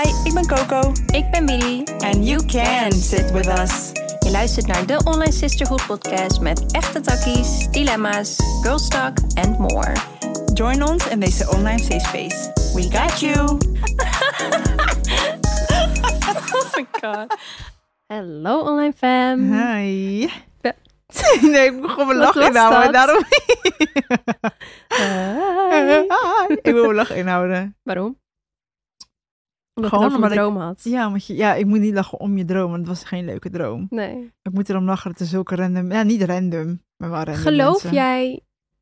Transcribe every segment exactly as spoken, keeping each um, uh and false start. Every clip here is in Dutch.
Hi, ik ben Coco. Ik ben Billy. And you can sit with us. Je luistert naar de Online Sisterhood podcast met echte takkies, dilemma's, girls talk and more. Join ons in deze online safe space. We got you. Oh my god. Hello online fam. Hi. Be- nee, ik moet gewoon mijn lach was inhouden. dat? Daarom... Hi. Ik wil mijn lach inhouden. Waarom? Omdat Gewoon ik over mijn omdat ik- droom had. Ja, want je, ja, ik moet niet lachen om je droom, want het was geen leuke droom. Nee. Ik moet erom lachen, het is zulke random... Ja, niet random, maar wel random Geloof mensen. jij...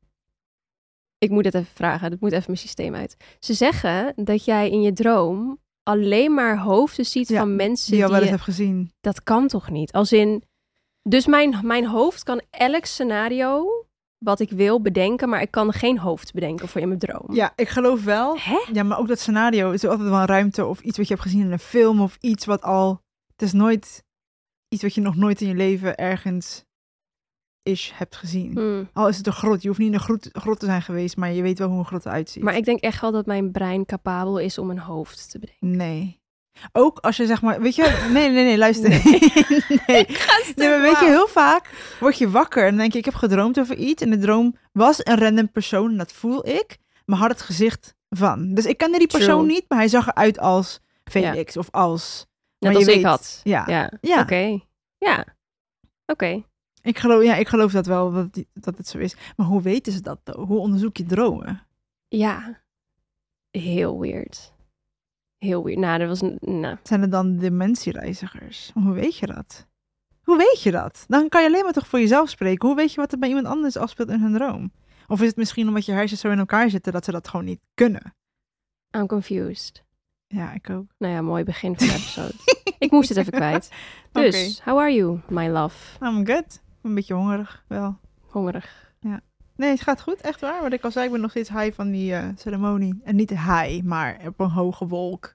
Ik moet het even vragen. Het moet even mijn systeem uit. Ze zeggen dat jij in je droom alleen maar hoofden ziet Ja, van mensen Die je al wel die eens je... heb gezien. Dat kan toch niet? Als in... Dus mijn, mijn hoofd kan elk scenario wat ik wil bedenken, maar ik kan geen hoofd bedenken voor in mijn droom. Ja, ik geloof wel. Hè? Ja, maar ook dat scenario is altijd wel een ruimte of iets wat je hebt gezien in een film of iets wat al... Het is nooit iets wat je nog nooit in je leven ergens is hebt gezien. Hmm. Al is het een grot. Je hoeft niet in een grot, grot te zijn geweest, maar je weet wel hoe een grot eruit ziet. Maar ik denk echt wel dat mijn brein capabel is om een hoofd te bedenken. Nee. Ook als je zeg maar... Weet je... Nee, nee, nee, luister. Nee. nee. Ik ga stuk, Nee, maar weet je, wauw. heel vaak word je wakker en dan denk je, ik heb gedroomd over iets. En de droom was een random persoon, en dat voel ik, maar had het gezicht van. Dus ik kende die persoon True. niet, maar hij zag eruit als Felix of als... Net maar als je ik weet- had. Ja. Ja. Ja. Oké. Ja. Oké. Ik geloof, ja, ik geloof dat wel, dat, die- dat het zo is. Maar hoe weten ze dat, though? Hoe onderzoek je dromen? Ja. Heel weird. Heel weird. Nou, dat was... een- Nou. Zijn het dan dimensiereizigers? Hoe weet je dat? Hoe weet je dat? Dan kan je alleen maar toch voor jezelf spreken. Hoe weet je wat er bij iemand anders afspeelt in hun droom? Of is het misschien omdat je hersens zo in elkaar zitten dat ze dat gewoon niet kunnen? I'm confused. Ja, ik ook. Nou ja, mooi begin van de episode. Ik moest het even kwijt. Dus, Oké. how are you, my love? I'm good. Een beetje hongerig, wel. Hongerig. Nee, het gaat goed, echt waar. Wat ik al zei, ik ben nog steeds high van die eh, ceremonie. En niet high, maar op een hoge wolk.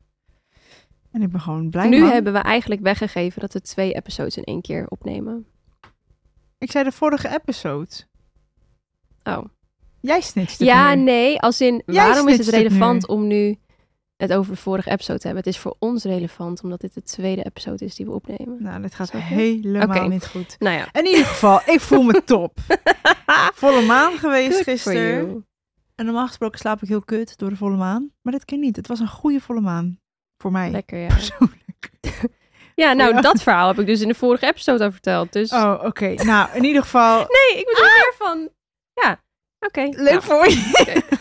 En ik ben gewoon blij, Nu man. hebben we eigenlijk weggegeven dat we twee episodes in één keer opnemen. Ik zei de vorige episode. Oh. Jij snitcht het Ja, nu. nee, als in, Jij waarom is het snitcht het relevant nu. om nu het over de vorige episode te hebben? Het is voor ons relevant, omdat dit de tweede episode is die we opnemen. Nou, dit gaat Snap je? helemaal Oké. niet goed. Nou ja. In ieder geval, ik voel me top. Volle maan geweest Good for gisteren. you. En normaal gesproken slaap ik heel kut door de volle maan. Maar dit keer niet. Het was een goede volle maan. Voor mij. Lekker, ja. Persoonlijk. Ja, nou, Ja. dat verhaal heb ik dus in de vorige episode al verteld. Dus Oh, oké. Nou, in ieder geval... nee, ik bedoel meer van... Ja, oké. Leuk Nou, voor je. oké.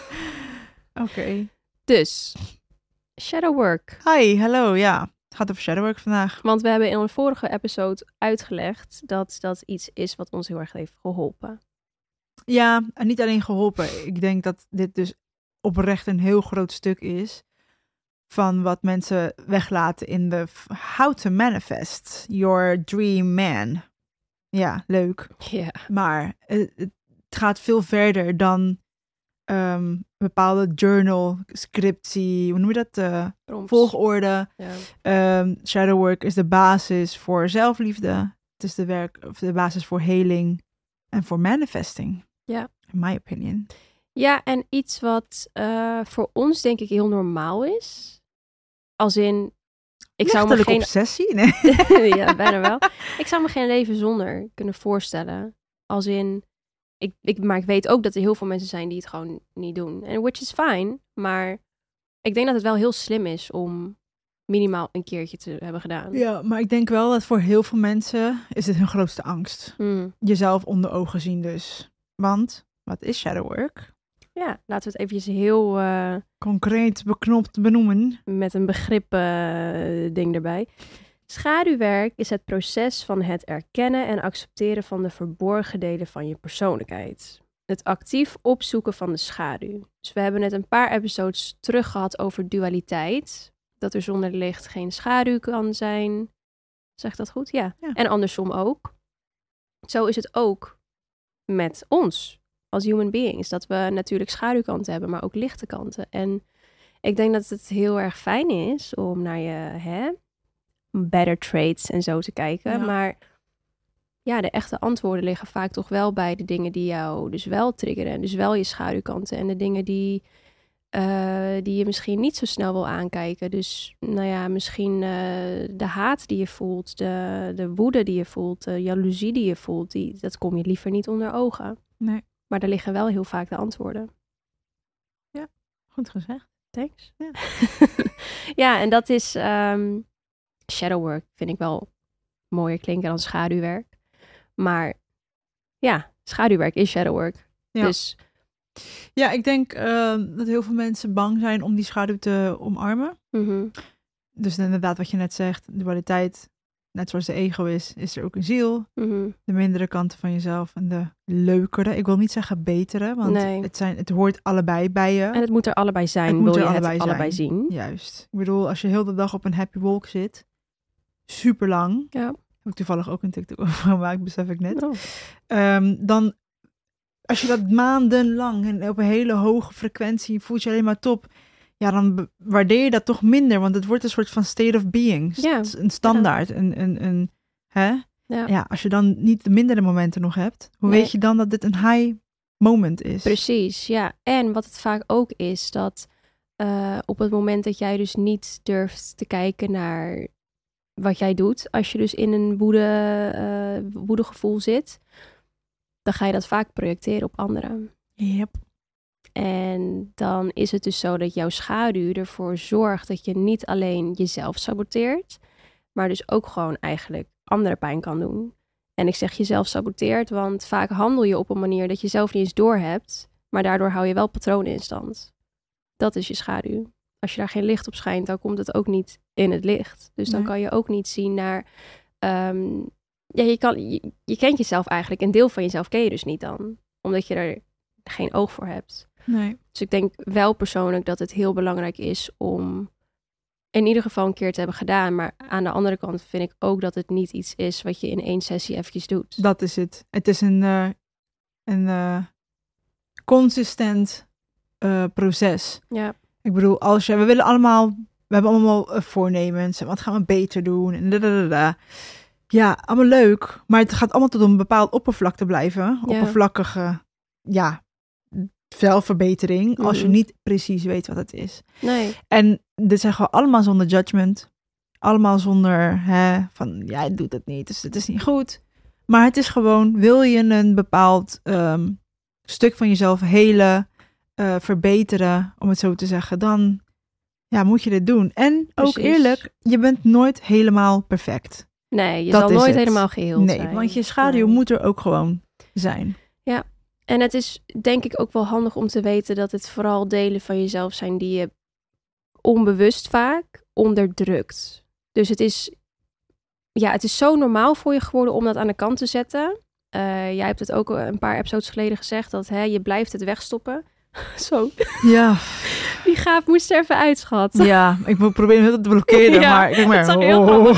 Oké. Dus, shadow work. Hi, hallo. Ja, het gaat over shadowwork vandaag. Want we hebben in een vorige episode uitgelegd dat dat iets is wat ons heel erg heeft geholpen. Ja, en niet alleen geholpen. Ik denk dat dit dus oprecht een heel groot stuk is van wat mensen weglaten in de f- How to Manifest Your Dream Man. Ja, leuk. Ja. Maar het, het gaat veel verder dan ehm, bepaalde journal, scriptie, hoe noem je dat? Eh, Prompts. volgorde. Ja. Ehm shadowwork is de basis voor zelfliefde. Het is de, werk, of de basis voor heling en voor manifesting. Ja. In my opinion. Ja, en iets wat eh, voor ons denk ik heel normaal is. Als in, ik zou me Lichtelijk geen... obsessie? Nee. ja, bijna wel. Ik zou me geen leven zonder kunnen voorstellen. Als in, ik, ik, maar ik weet ook dat er heel veel mensen zijn die het gewoon niet doen. En which is fine, maar ik denk dat het wel heel slim is om minimaal een keertje te hebben gedaan. Ja, maar ik denk wel dat voor heel veel mensen is dit hun grootste angst. Hmm. Jezelf onder ogen zien dus. Want, wat is shadowwork? Ja, laten we het eventjes heel eh, Concreet beknopt benoemen. met een begrip eh, ding erbij. Schaduwwerk is het proces van het erkennen en accepteren van de verborgen delen van je persoonlijkheid. Het actief opzoeken van de schaduw. Dus we hebben net een paar episodes terug gehad over dualiteit. Dat er zonder licht geen schaduw kan zijn. Zeg ik dat goed? Ja. Ja. En andersom ook. Zo is het ook met ons als human beings. Dat we natuurlijk schaduwkanten hebben, maar ook lichte kanten. En ik denk dat het heel erg fijn is om naar je hè, better traits en zo te kijken. Ja. Maar ja, de echte antwoorden liggen vaak toch wel bij de dingen die jou dus wel triggeren. En dus wel je schaduwkanten en de dingen die uh, die je misschien niet zo snel wil aankijken. Dus nou ja, misschien uh, de haat die je voelt, de, de woede die je voelt, de jaloezie die je voelt, die, dat kom je liever niet onder ogen. Nee. Maar daar liggen wel heel vaak de antwoorden. Ja, goed gezegd. Thanks. Ja, ja en dat is um, shadowwork, vind ik wel mooier klinken dan schaduwwerk. Maar ja, schaduwwerk is shadowwork. Ja. Dus ja, ik denk uh, dat heel veel mensen bang zijn om die schaduw te omarmen. Mm-hmm. Dus inderdaad wat je net zegt, dualiteit, net zoals de ego is, is er ook een ziel. Mm-hmm. De mindere kanten van jezelf en de leukere. Ik wil niet zeggen betere, want nee. het, zijn, het hoort allebei bij je. En het moet er allebei zijn, het wil moet er je allebei het zijn. allebei zien. Juist. Ik bedoel, als je heel de dag op een happy walk zit, super lang. Ja. Heb ik toevallig ook een TikTok over gemaakt, besef ik net. Oh. Um, dan, als je dat maandenlang en op een hele hoge frequentie voelt je alleen maar top. Ja, dan waardeer je dat toch minder, want het wordt een soort van state of being. Ja. Een standaard. Ja. Een, een, een, hè? Ja. Ja, als je dan niet de mindere momenten nog hebt, hoe nee. weet je dan dat dit een high moment is? Precies, ja. En wat het vaak ook is, dat uh, op het moment dat jij dus niet durft te kijken naar wat jij doet, als je dus in een woede, uh, woedegevoel zit, dan ga je dat vaak projecteren op anderen. Yep. En dan is het dus zo dat jouw schaduw ervoor zorgt dat je niet alleen jezelf saboteert, maar dus ook gewoon eigenlijk anderen pijn kan doen. En ik zeg jezelf saboteert, want vaak handel je op een manier dat je zelf niet eens doorhebt, maar daardoor hou je wel patronen in stand. Dat is je schaduw. Als je daar geen licht op schijnt, dan komt het ook niet in het licht. Dus dan nee. kan je ook niet zien naar... Um, ja, je, kan, je, je kent jezelf eigenlijk. Een deel van jezelf ken je dus niet dan. Omdat je er geen oog voor hebt. Nee. Dus ik denk wel persoonlijk dat het heel belangrijk is om in ieder geval een keer te hebben gedaan. Maar aan de andere kant vind ik ook dat het niet iets is wat je in één sessie eventjes doet. Dat is het. Het is een, uh, een uh, consistent uh, proces. Ja. Ik bedoel, als je, we willen allemaal, we hebben allemaal uh, voornemens. En wat gaan we beter doen? En dadadada. Ja, allemaal leuk. Maar het gaat allemaal tot een bepaald oppervlakte blijven. Ja. Oppervlakkige, ja, zelfverbetering. Mm-hmm. Als je niet precies weet wat het is. Nee. En dit zijn gewoon allemaal zonder judgment. Allemaal zonder, hè, van, jij doet het niet, dus het is niet goed. Maar het is gewoon, wil je een bepaald um, stuk van jezelf helen, uh, verbeteren, om het zo te zeggen, dan ja, moet je dit doen. En Precies. ook eerlijk, je bent nooit helemaal perfect. Nee, je dat zal nooit het. helemaal geheel nee, zijn. Nee, want je schaduw nee. moet er ook gewoon zijn. Ja, en het is denk ik ook wel handig om te weten dat het vooral delen van jezelf zijn die je onbewust vaak onderdrukt. Dus het is, ja, het is zo normaal voor je geworden om dat aan de kant te zetten. Uh, jij hebt het ook een paar episodes geleden gezegd, dat hè, je blijft het wegstoppen. Zo. Ja. Die gaaf moest er even uit, schat. Ja, ik probeer hem te blokkeren, ja, maar kijk maar. Het zag heel oh.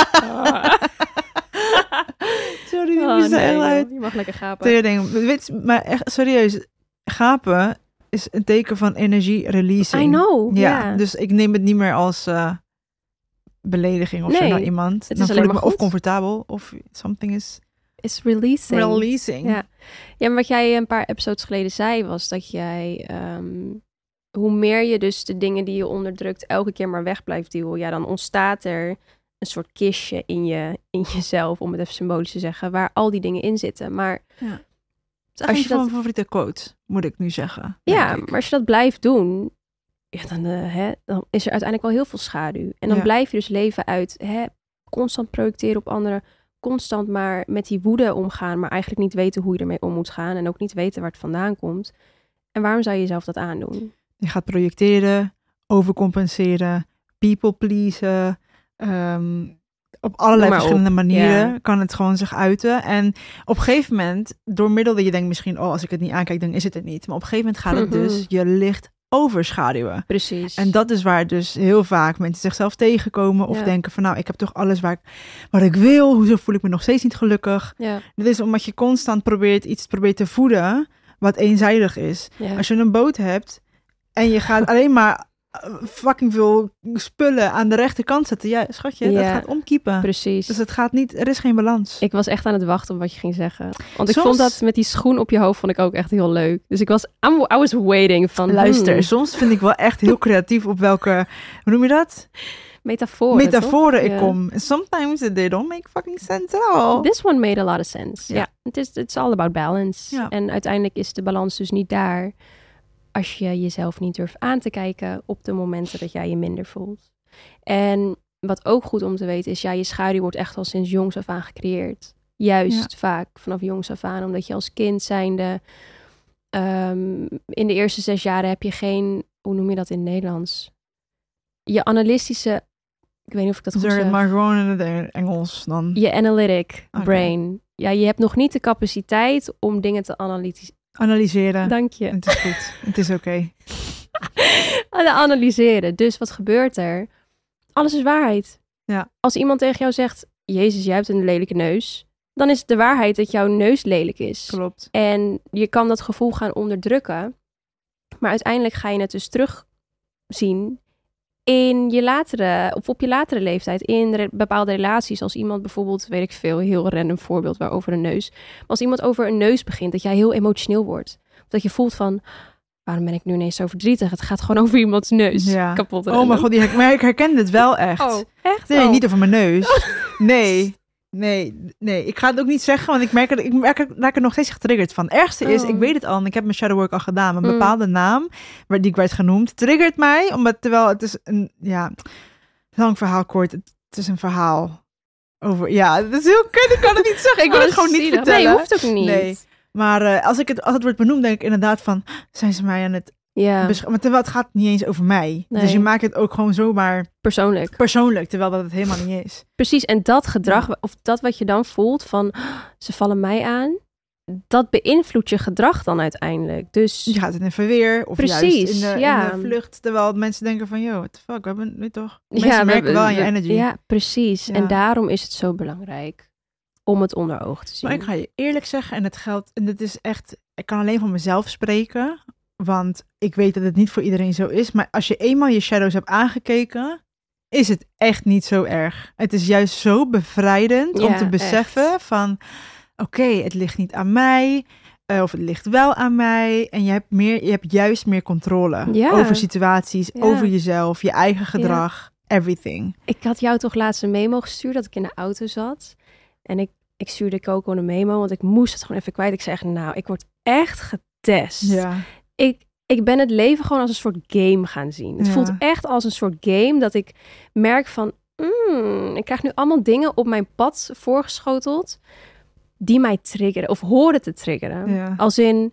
Sorry, die oh, moest nee, er echt uit. Je mag lekker gapen. Weet, maar echt serieus, gapen is een teken van energie releasing. I know, ja. Yeah. Dus ik neem het niet meer als uh, belediging of nee, zo naar iemand. Het Dan is voel ik me goed. of comfortabel of something is... Is releasing. Releasing. Ja. ja, maar wat jij een paar episodes geleden zei was dat jij... Um, hoe meer je dus de dingen die je onderdrukt elke keer maar weg blijft duwen, ja, dan ontstaat er een soort kistje in, je, in jezelf, om het even symbolisch te zeggen, waar al die dingen in zitten. Maar ja. als je je dat... mijn favoriete quote, moet ik nu zeggen. Ja, maar als je dat blijft doen, ja, dan, uh, hè, dan is er uiteindelijk wel heel veel schaduw. En dan ja. blijf je dus leven uit hè, constant projecteren op anderen, constant maar met die woede omgaan, maar eigenlijk niet weten hoe je ermee om moet gaan en ook niet weten waar het vandaan komt. En waarom zou je jezelf dat aandoen? Je gaat projecteren, overcompenseren, people pleasen. Um, op allerlei verschillende op. manieren ja. kan het gewoon zich uiten. En op een gegeven moment, door middel dat je denkt misschien, oh, als ik het niet aankijk, dan is het het niet. Maar op een gegeven moment gaat het dus je licht overschaduwen. Precies. En dat is waar dus heel vaak mensen zichzelf tegenkomen of ja. denken van, nou, ik heb toch alles waar ik, waar ik wil. Hoezo voel ik me nog steeds niet gelukkig? Ja. Dat is omdat je constant probeert iets probeert te voeden wat eenzijdig is. Ja. Als je een boot hebt en je gaat alleen maar fucking veel spullen aan de rechterkant zetten. Ja, schatje, Ja. dat gaat omkiepen. Precies. Dus het gaat niet, er is geen balans. Ik was echt aan het wachten op wat je ging zeggen. Want ik Soms- vond dat met die schoen op je hoofd vond ik ook echt heel leuk. Dus ik was, I'm, I was waiting van... Luister, hmm, soms vind ik wel echt heel creatief op welke, hoe noem je dat? metaforen, Metaforen toch? ik Ja. kom. And sometimes they don't make fucking sense at all. This one made a lot of sense. Ja. Ja, het is it's all about balance. Ja. En uiteindelijk is de balans dus niet daar als je jezelf niet durft aan te kijken op de momenten dat jij je minder voelt. En wat ook goed om te weten is, ja, je schaduw wordt echt al sinds jongs af aan gecreëerd. Juist vaak vanaf jongs af aan, omdat je als kind zijnde um, in de eerste zes jaren heb je geen, hoe noem je dat in het Nederlands? Je analytische, ik weet niet of ik dat goed Zeg zeg. het maar gewoon in het Engels dan. Je analytic Oké. brain. Ja, je hebt nog niet de capaciteit om dingen te analytiseren. Analyseren. Dank je. Het is goed. Het is oké. Te analyseren. Dus wat gebeurt er? Alles is waarheid. Ja. Als iemand tegen jou zegt, Jezus, jij hebt een lelijke neus, dan is het de waarheid dat jouw neus lelijk is. Klopt. En je kan dat gevoel gaan onderdrukken. Maar uiteindelijk ga je het dus terugzien in je latere, of op je latere leeftijd, in re- bepaalde relaties. Als iemand bijvoorbeeld, weet ik veel, heel random voorbeeld waarover een neus. Maar als iemand over een neus begint, dat jij heel emotioneel wordt. Of dat je voelt van, waarom ben ik nu ineens zo verdrietig? Het gaat gewoon over iemands neus. Ja. Kapot. Oh mijn god, die her- maar ik herken dit wel echt. Oh, echt? Nee, Oh. niet over mijn neus. Nee. Nee, nee, ik ga het ook niet zeggen, want ik merk, dat ik merk, ik raak er nog steeds getriggerd van. Het ergste is, Oh. ik weet het al, en ik heb mijn shadowwork al gedaan. Een Mm. bepaalde naam, waar die ik werd genoemd, triggert mij, omdat terwijl het is een, ja, lang verhaal kort. Het, het is een verhaal over, ja, het is heel kut, ik kan het niet zeggen. Ik wil Oh, het gewoon niet zielig. vertellen. Nee, hoeft ook niet. Nee. Maar uh, als, ik het, als het wordt benoemd, denk ik inderdaad van, zijn ze mij aan het Ja, beschermen? Maar terwijl het gaat niet eens over mij. Nee. Dus je maakt het ook gewoon zomaar persoonlijk. persoonlijk, terwijl dat het helemaal niet is. Precies, en dat gedrag, Ja. of dat wat je dan voelt van, "Oh, ze vallen mij aan, dat beïnvloedt je gedrag dan uiteindelijk. Dus Je gaat in een verweer of Precies, juist in de, ja. in de vlucht. Terwijl mensen denken van, yo, what the fuck, we hebben, weet toch? ja, Mensen we- merken wel aan je we- energy. Ja, precies. Ja. En daarom is het zo belangrijk om het onder ogen te zien. Maar ik ga je eerlijk zeggen, en het geldt, en dit is echt, ik kan alleen van mezelf spreken, want ik weet dat het niet voor iedereen zo is. Maar als je eenmaal je shadows hebt aangekeken, is het echt niet zo erg. Het is juist zo bevrijdend om Ja, te beseffen echt. van, oké, het ligt niet aan mij. Uh, of het ligt wel aan mij. En je hebt, meer, je hebt juist meer controle Ja. over situaties, Ja. over jezelf, je eigen gedrag, everything. Ik had jou toch laatst een memo gestuurd dat ik in de auto zat. En ik, ik stuurde Coco een memo, want ik moest het gewoon even kwijt. Ik zeg, nou, ik word echt getest. Ja. Ik, ik ben het leven gewoon als een soort game gaan zien. Het Ja. voelt echt als een soort game dat ik merk van, mm, ik krijg nu allemaal dingen op mijn pad voorgeschoteld die mij triggeren of horen te triggeren. Ja. Als in,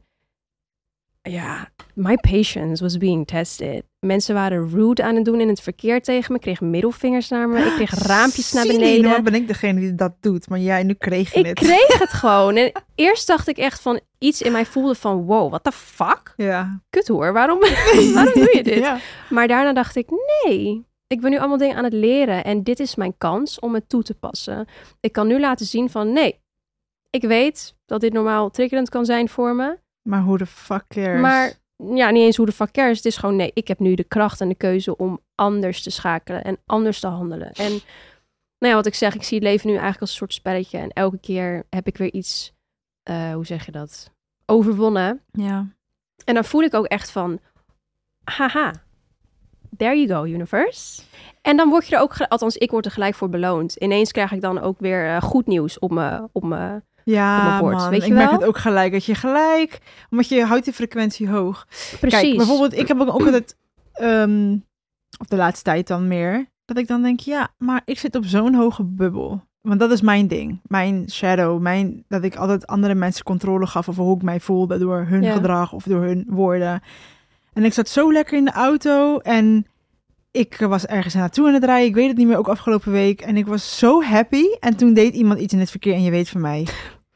ja, my patience was being tested. Mensen waren rude aan het doen in het verkeer tegen me. Ik kreeg middelvingers naar me. Ik kreeg raampjes naar Silly, beneden. normaal ben ik degene die dat doet. Maar jij, nu kreeg je Ik het. kreeg het gewoon. En eerst dacht ik echt van, iets in mij voelde van, wow, what the fuck? Ja. Kut hoor, waarom, waarom doe je dit? Ja. Maar daarna dacht ik, nee, ik ben nu allemaal dingen aan het leren. En dit is mijn kans om het toe te passen. Ik kan nu laten zien van, nee, ik weet dat dit normaal triggerend kan zijn voor me. Maar hoe de fuck cares? Maar ja, niet eens hoe de fuck cares. Het is gewoon, nee, ik heb nu de kracht en de keuze om anders te schakelen en anders te handelen. En nou ja, wat ik zeg, ik zie het leven nu eigenlijk als een soort spelletje. En elke keer heb ik weer iets, uh, hoe zeg je dat, overwonnen. Ja. En dan voel ik ook echt van, haha, there you go, universe. En dan word je er ook, althans ik word er gelijk voor beloond. Ineens krijg ik dan ook weer uh, goed nieuws op me, op me. Ja, bord, man. weet je ik merk wel? het ook gelijk. Dat je gelijk, omdat je houdt die frequentie hoog. Precies. Kijk, bijvoorbeeld, ik heb ook, ook altijd, um, of de laatste tijd dan meer, dat ik dan denk, ja, maar ik zit op zo'n hoge bubbel. Want dat is mijn ding. Mijn shadow. Mijn, dat ik altijd andere mensen controle gaf over hoe ik mij voelde door hun Ja. gedrag of door hun woorden. En ik zat zo lekker in de auto en ik was ergens naartoe aan het rijden. Ik weet het niet meer, ook afgelopen week. En ik was zo happy. En toen deed iemand iets in het verkeer en je weet van mij.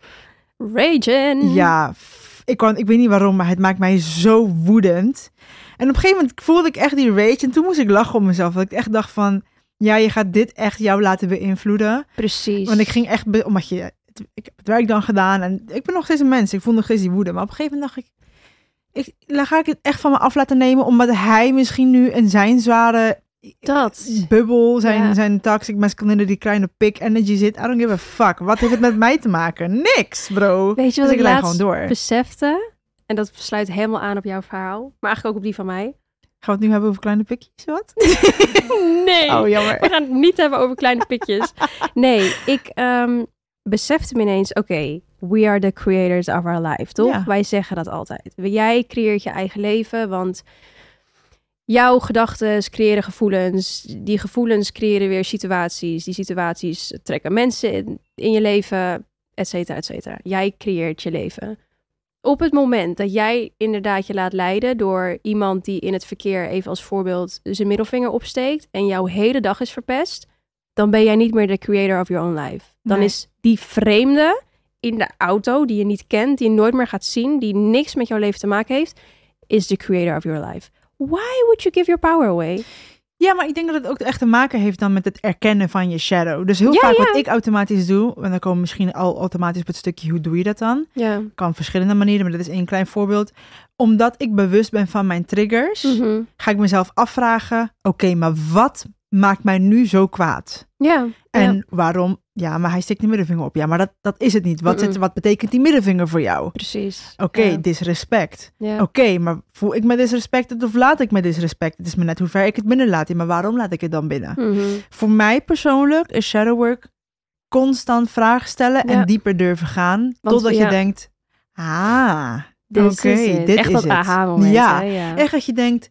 Raging. Ja, f- ik, kan, ik weet niet waarom, maar het maakt mij zo woedend. En op een gegeven moment voelde ik echt die rage. En toen moest ik lachen om mezelf. Dat ik echt dacht van, ja, je gaat dit echt jou laten beïnvloeden. Precies. Want ik ging echt, be- omdat je, het, ik heb het werk dan gedaan. En ik ben nog steeds een mens. Ik voel nog steeds die woede. Maar op een gegeven moment dacht ik, Ik, dan ga ik het echt van me af laten nemen, omdat hij misschien nu in zijn zware Dat. bubbel, zijn, Ja. zijn toxic masculinity, kleine pik energy zit. I don't give a fuck. Wat heeft het met mij te maken? Niks, bro. Weet je wat Dus ik ik rijd laatst gewoon door. besefte? En dat sluit helemaal aan op jouw verhaal. Maar eigenlijk ook op die van mij. Gaan we het nu hebben over kleine pikjes? Wat? Nee. Oh, jammer. We gaan het niet hebben over kleine pikjes. Nee, ik ehm, besefte me ineens, oké, okay, we are the creators of our life, toch? Ja. Wij zeggen dat altijd. Jij creëert je eigen leven, want jouw gedachten creëren gevoelens. Die gevoelens creëren weer situaties. Die situaties trekken mensen in, in je leven, et cetera, et cetera. Jij creëert je leven. Op het moment dat jij inderdaad je laat leiden door iemand die in het verkeer, even als voorbeeld, zijn middelvinger opsteekt en jouw hele dag is verpest, dan ben jij niet meer de creator of your own life. Dan Nee. is die vreemde in de auto, die je niet kent, die je nooit meer gaat zien, die niks met jouw leven te maken heeft, is de creator of your life. Why would you give your power away? Ja, maar ik denk dat het ook echt te maken heeft dan met het erkennen van je shadow. Dus heel Ja, vaak ja. wat ik automatisch doe, en dan komen we misschien al automatisch op het stukje, hoe doe je dat dan? Ja. Kan verschillende manieren, maar dit is één klein voorbeeld. Omdat ik bewust ben van mijn triggers, Mhm. ga ik mezelf afvragen, oké, maar wat maakt mij nu zo kwaad? Ja. En ja, waarom? Ja, maar hij steekt de middelvinger op. Ja, maar dat, dat is het niet. Wat, Mm-mm. zit, wat betekent die middelvinger voor jou? precies. Oké, Ja. disrespect. Ja. Oké, maar voel ik me disrespected of laat ik me disrespect? Het is me net hoe ver ik het binnen laat. Ja, maar waarom laat ik het dan binnen? Mhm. Voor mij persoonlijk is shadowwork constant vragen stellen Ja. en dieper durven gaan. Want, totdat ja. je denkt, ah, This oké, is it. dit Echt is dat het. aha-moment. Ja, hè? Ja. echt dat je denkt,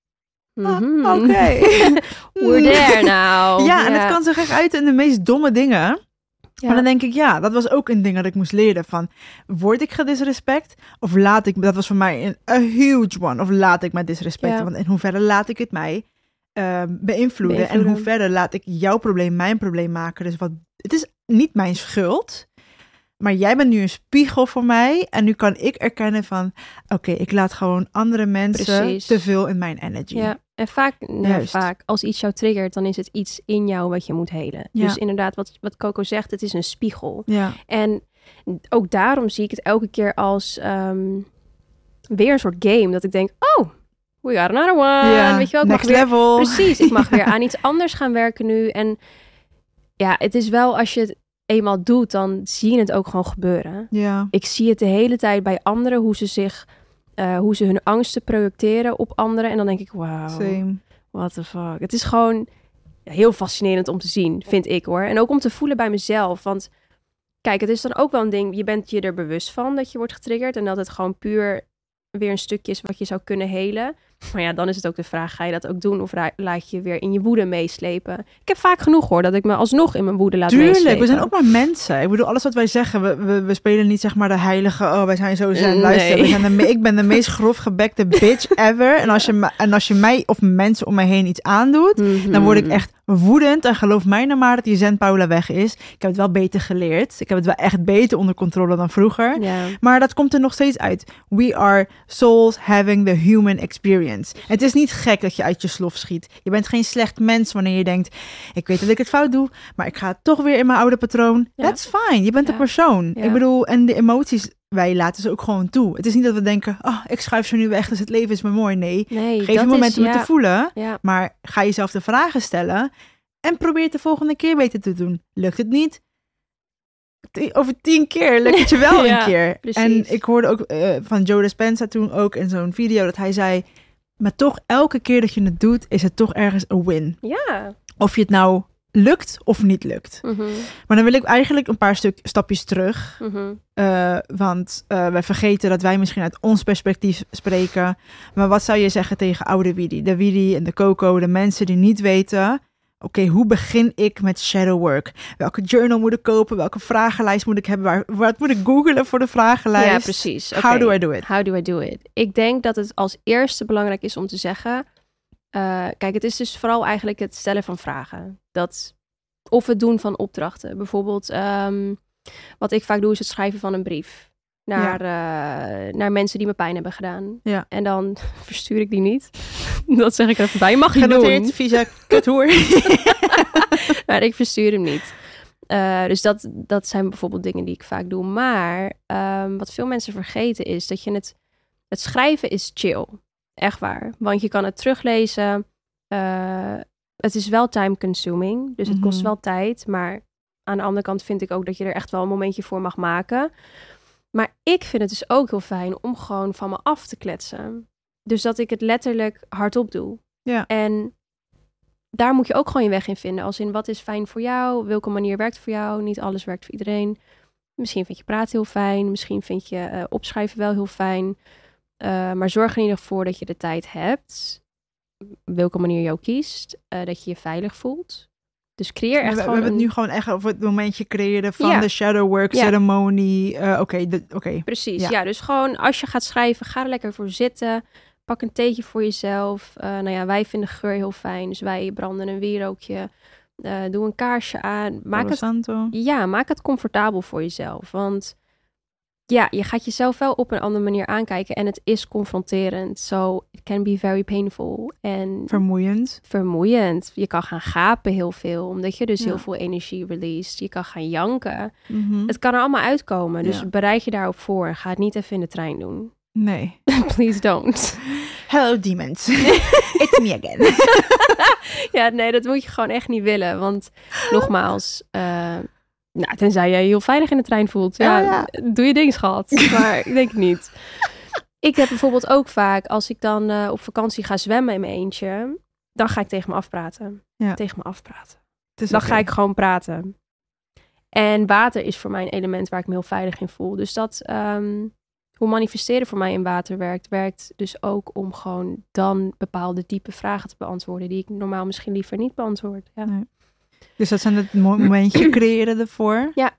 ah, Mhm. oké. We're there now. Ja, en het kan zich echt uit in de meest domme dingen. Ja. Maar dan denk ik, ja, dat was ook een ding dat ik moest leren van, word ik gedisrespect? Of laat ik, dat was voor mij een a huge one, of laat ik mij disrespecten? Ja. Want in hoeverre laat ik het mij uh, beïnvloeden? En Beïnvloeden. hoe verder laat ik jouw probleem mijn probleem maken? Dus wat, het is niet mijn schuld, maar jij bent nu een spiegel voor mij. En nu kan ik erkennen van, oké, okay, ik laat gewoon andere mensen Precies. te veel in mijn energy. Ja, en vaak, nou, Juist. vaak, als iets jou triggert, dan is het iets in jou wat je moet helen. Ja. Dus inderdaad, wat, wat Coco zegt, het is een spiegel. Ja, En ook daarom zie ik het elke keer als ehm, weer een soort game. Dat ik denk, oh, we got another one. ja. Weet je wel, ik next mag weer, level. precies, ik mag weer aan iets anders gaan werken nu. En ja, het is wel, als je het eenmaal doet, dan zie je het ook gewoon gebeuren. Ja, Ik zie het de hele tijd bij anderen, hoe ze zich, uh, hoe ze hun angsten projecteren op anderen. En dan denk ik, wauw, same. what the fuck. Het is gewoon ja, heel fascinerend om te zien, vind ik hoor. En ook om te voelen bij mezelf. Want kijk, het is dan ook wel een ding, je bent je er bewust van dat je wordt getriggerd. En dat het gewoon puur weer een stukje is wat je zou kunnen helen. Maar ja, dan is het ook de vraag, ga je dat ook doen? Of ra- laat je je weer in je woede meeslepen? Ik heb vaak genoeg hoor, dat ik me alsnog in mijn woede laat Tuurlijk, meeslepen. we zijn ook maar mensen. Ik bedoel, alles wat wij zeggen, we, we, we spelen niet zeg maar de heilige, oh, wij zijn zo zijn. Nee. Luister, we zijn de, me- ik ben de meest grof gebekte bitch ever. En als, je, me- en als je mij of mensen om mij heen iets aandoet, Mhm. dan word ik echt woedend. En geloof mij nou maar dat die Zen Paula weg is. Ik heb het wel beter geleerd. Ik heb het wel echt beter onder controle dan vroeger. Ja. Maar dat komt er nog steeds uit. We are souls having the human experience. Het is niet gek dat je uit je slof schiet. Je bent geen slecht mens wanneer je denkt, ik weet dat ik het fout doe, maar ik ga toch weer in mijn oude patroon. Ja. That's fine. Je bent Ja. een persoon. Ja. Ik bedoel, en de emoties, wij laten ze ook gewoon toe. Het is niet dat we denken, oh, ik schuif ze nu weg, dus het leven is me mooi. Nee, Nee, geef dat je moment is, om het ja, te voelen, Ja, maar ga jezelf de vragen stellen en probeer het de volgende keer beter te doen. Lukt het niet? T- Over tien keer lukt het je wel Ja, een keer. precies. En ik hoorde ook uh, van Joe Dispenza toen ook in zo'n video dat hij zei, maar toch elke keer dat je het doet, is het toch ergens een win. ja. Of je het nou lukt of niet lukt. Mhm, Maar dan wil ik eigenlijk een paar stuk, stapjes terug. mhm. Uh, want uh, wij vergeten dat wij misschien uit ons perspectief spreken. Maar wat zou je zeggen tegen oude Widi? De Widi en de Coco, de mensen die niet weten, oké, okay, hoe begin ik met shadow work? Welke journal moet ik kopen? Welke vragenlijst moet ik hebben? Waar, wat moet ik googlen voor de vragenlijst? Ja, precies. How Oké. do I do it? How do I do it? Ik denk dat het als eerste belangrijk is om te zeggen, uh, kijk, het is dus vooral eigenlijk het stellen van vragen. Dat, of het doen van opdrachten. Bijvoorbeeld, um, wat ik vaak doe is het schrijven van een brief. Naar, ja. uh, naar mensen die me pijn hebben gedaan. Ja. En dan verstuur ik die niet. Dat zeg ik er even bij. Mag je Genoteerd, doen. visa kuthoer. Maar ik verstuur hem niet. Uh, dus dat, dat zijn bijvoorbeeld dingen die ik vaak doe. Maar um, wat veel mensen vergeten is dat je het Het schrijven is chill. Echt waar. Want je kan het teruglezen. Uh, het is wel time consuming. Dus het Mm-hmm. kost wel tijd. Maar aan de andere kant vind ik ook dat je er echt wel een momentje voor mag maken. Maar ik vind het dus ook heel fijn om gewoon van me af te kletsen. Dus dat ik het letterlijk hardop doe. Ja. En daar moet je ook gewoon je weg in vinden. Als in, wat is fijn voor jou? Welke manier werkt voor jou? Niet alles werkt voor iedereen. Misschien vind je praten heel fijn. Misschien vind je uh, opschrijven wel heel fijn. Uh, maar zorg er in ieder geval voor dat je de tijd hebt. Welke manier je ook kiest. Uh, dat je je veilig voelt. Dus creëer echt we, gewoon... We hebben een... het nu gewoon echt over het momentje creëren van ja. de shadow work ja. ceremonie. Uh, Oké, okay, okay. Precies, ja. ja. Dus gewoon als je gaat schrijven, ga er lekker voor zitten. Pak een theetje voor jezelf. Uh, nou ja, wij vinden geur heel fijn. Dus wij branden een wierookje. Uh, doe een kaarsje aan. Maak het, Santo. ja, maak het comfortabel voor jezelf. Want ja, je gaat jezelf wel op een andere manier aankijken. En het is confronterend. So it can be very painful. En vermoeiend. Vermoeiend. Je kan gaan gapen heel veel. Omdat je dus ja. heel veel energie released. Je kan gaan janken. Mm-hmm. Het kan er allemaal uitkomen. Dus ja. bereid je daarop voor. Ga het niet even in de trein doen. Nee. Please don't. Hello demons. It's me again. Ja, nee, dat moet je gewoon echt niet willen. Want nogmaals, uh, nou, tenzij jij je heel veilig in de trein voelt. Ja, oh, ja. doe je ding, schat. Maar ik denk niet. Ik heb bijvoorbeeld ook vaak, als ik dan uh, op vakantie ga zwemmen in mijn eentje, dan ga ik tegen me afpraten. Ja. Tegen me afpraten. Dan okay. ga ik gewoon praten. En water is voor mij een element waar ik me heel veilig in voel. Dus dat... Um, hoe manifesteren voor mij in water werkt, werkt dus ook om gewoon dan bepaalde diepe vragen te beantwoorden die ik normaal misschien liever niet beantwoord. Ja. Nee. Dus dat zijn het momentje creëren ervoor. Ja.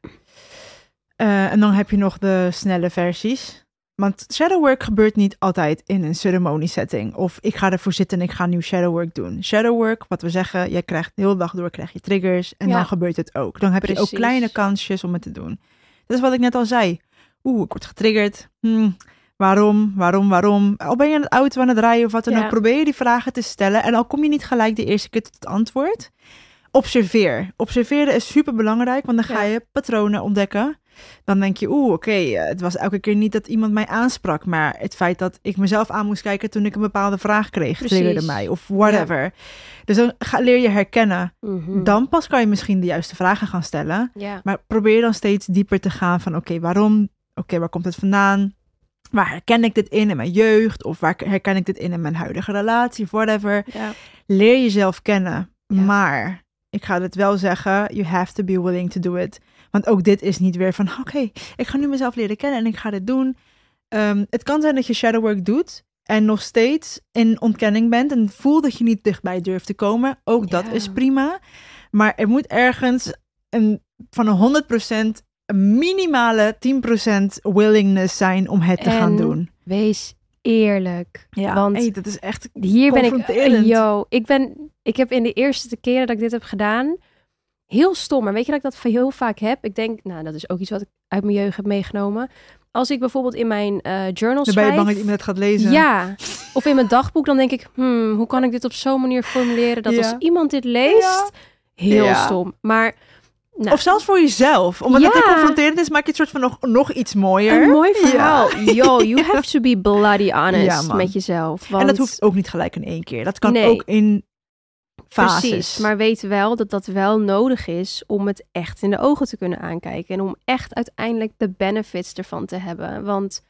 Uh, en dan heb je nog de snelle versies. Want shadowwork gebeurt niet altijd in een ceremoniesetting. Of ik ga ervoor zitten en ik ga nu shadowwork doen. Shadowwork, wat we zeggen, jij krijgt de hele dag door krijg je triggers. En ja. dan gebeurt het ook. Dan heb Precies. je ook kleine kansjes om het te doen. Dat is wat ik net al zei. Oeh, ik word getriggerd. Hm, waarom, waarom, waarom? Al ben je aan het auto aan het rijden of wat dan ja. ook. Probeer je die vragen te stellen. En al kom je niet gelijk de eerste keer tot het antwoord. Observeer. Observeren is super belangrijk. Want dan ga je ja. patronen ontdekken. Dan denk je, oeh, oké. Okay, het was elke keer niet dat iemand mij aansprak. Maar het feit dat ik mezelf aan moest kijken toen ik een bepaalde vraag kreeg. Precies. Triggerde mij. Of whatever. Ja. Dus dan ga, leer je herkennen. Mm-hmm. Dan pas kan je misschien de juiste vragen gaan stellen. Ja. Maar probeer dan steeds dieper te gaan van, oké, okay, waarom... Oké, okay, waar komt het vandaan? Waar herken ik dit in in mijn jeugd? Of waar herken ik dit in in mijn huidige relatie? Of whatever. Ja. Leer jezelf kennen. Ja. Maar, ik ga het wel zeggen, you have to be willing to do it. Want ook dit is niet weer van, oké, okay, ik ga nu mezelf leren kennen en ik ga dit doen. Um, het kan zijn dat je shadowwork doet en nog steeds in ontkenning bent en voel dat je niet dichtbij durft te komen. Ook dat ja. is prima. Maar er moet ergens een, van een honderd procent een minimale tien procent willingness zijn om het te en gaan doen. Wees eerlijk. Ja, want hey, dat is echt hier ben ik. confronterend. Yo, ik ben. Ik heb in de eerste keren dat ik dit heb gedaan, heel stom. Maar weet je dat ik dat heel vaak heb? Ik denk, nou, dat is ook iets wat ik uit mijn jeugd heb meegenomen. Als ik bijvoorbeeld in mijn uh, journal schrijf. Dan ben je bang dat iemand het gaat lezen. Ja. Of in mijn dagboek, dan denk ik, hmm, hoe kan ik dit op zo'n manier formuleren dat ja. als iemand dit leest, ja. heel ja. stom. Maar Nou, of zelfs voor jezelf. Omdat ja. het confronterend is, maak je het soort van nog, nog iets mooier. Een mooi verhaal. Ja. Yo, you have to be bloody honest ja, met jezelf. Want... En dat hoeft ook niet gelijk in één keer. Dat kan nee. ook in fases. Precies, maar weet wel dat dat wel nodig is om het echt in de ogen te kunnen aankijken. En om echt uiteindelijk de benefits ervan te hebben. Want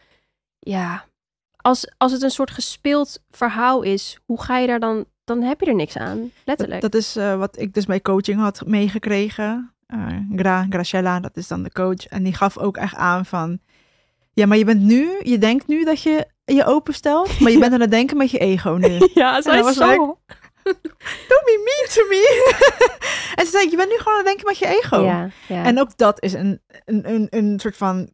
ja, als, als het een soort gespeeld verhaal is, hoe ga je daar dan... Dan heb je er niks aan, letterlijk. Dat, dat is uh, wat ik dus bij coaching had meegekregen. Uh, Gra, Graciela, dat is dan de coach. En die gaf ook echt aan van... Ja, maar je bent nu... Je denkt nu dat je je openstelt. Maar je bent aan het denken met je ego nu. Ja, zij was zo... Like, don't be mean to me. En ze zei, je bent nu gewoon aan het denken met je ego. Ja, ja. En ook dat is een, een, een, een soort van...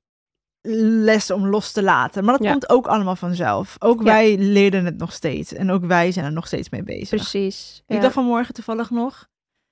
les om los te laten. Maar dat ja. komt ook allemaal vanzelf. Ook ja. wij leren het nog steeds. En ook wij zijn er nog steeds mee bezig. Precies. Ik ja. dacht vanmorgen toevallig nog...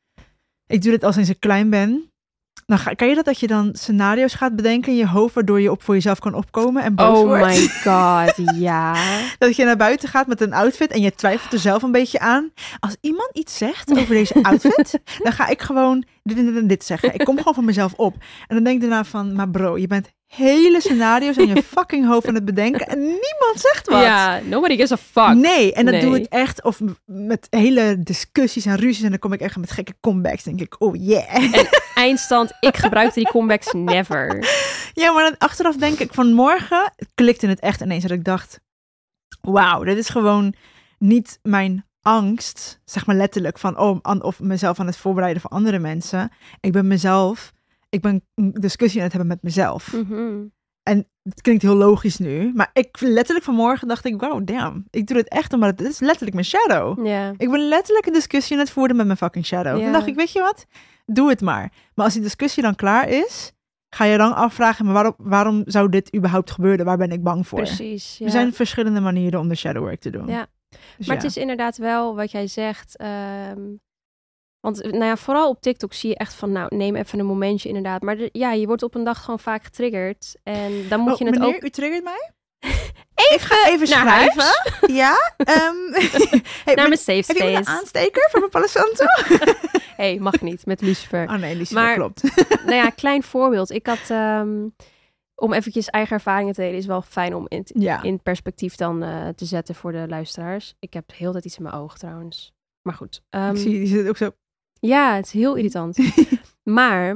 Ik doe dit al sinds ik klein ben. Dan ga, kan je dat dat je dan scenario's gaat bedenken in je hoofd... waardoor je op voor jezelf kan opkomen en boos oh wordt? Oh my god, ja. Dat je naar buiten gaat met een outfit... en je twijfelt er zelf een beetje aan. Als iemand iets zegt over deze outfit... dan ga ik gewoon dit en dit en dit zeggen. Ik kom gewoon van mezelf op. En dan denk ik daarna van... maar bro, je bent hele scenario's in je fucking hoofd aan het bedenken en niemand zegt wat. Ja, nobody gives a fuck. Nee, en dat Nee. doe ik echt. Of met hele discussies en ruzies en dan kom ik echt met gekke comebacks. Denk ik, oh yeah. En eindstand, ik gebruikte die comebacks never. Ja, maar dan achteraf denk ik, vanmorgen klikte het echt ineens dat ik dacht, wauw, dit is gewoon niet mijn angst, zeg maar letterlijk, van oh, an, of mezelf aan het voorbereiden voor andere mensen. Ik ben mezelf, ik ben een discussie aan het hebben met mezelf. Mm-hmm. En het klinkt heel logisch nu, maar ik letterlijk vanmorgen dacht ik, wow, damn, ik doe het echt omdat het, het is letterlijk mijn shadow. Ja. Ik ben letterlijk een discussie aan het voeren met mijn fucking shadow. Ja. Dan dacht ik, weet je wat, doe het maar. Maar als die discussie dan klaar is, ga je dan afvragen, maar waarom, waarom zou dit überhaupt gebeuren? Waar ben ik bang voor? Precies. Ja. Er zijn verschillende manieren om de shadow work te doen. Ja. Dus Maar ja. het is inderdaad wel wat jij zegt. ehm, want nou ja, vooral op TikTok zie je echt van, nou, neem even een momentje inderdaad. Maar de- ja, je wordt op een dag gewoon vaak getriggerd. En dan moet Oh, je het meneer, ook... u triggert mij? Even ik ga even naar schrijven. huis. Ja. Um, hey, Naar ben- mijn safe heb je een space. aansteker voor mijn Palo Santo? hey, mag niet, met Lucifer. Oh nee, die Maar- klopt. Nou ja, klein voorbeeld. Ik had, ehm, om eventjes eigen ervaringen te delen, is wel fijn om in, Ja. in perspectief dan eh, te zetten voor de luisteraars. Ik heb heel dat iets in mijn oog trouwens. Maar goed. ehm, Ik zie, die zit ook zo. Ja, het is heel irritant. Maar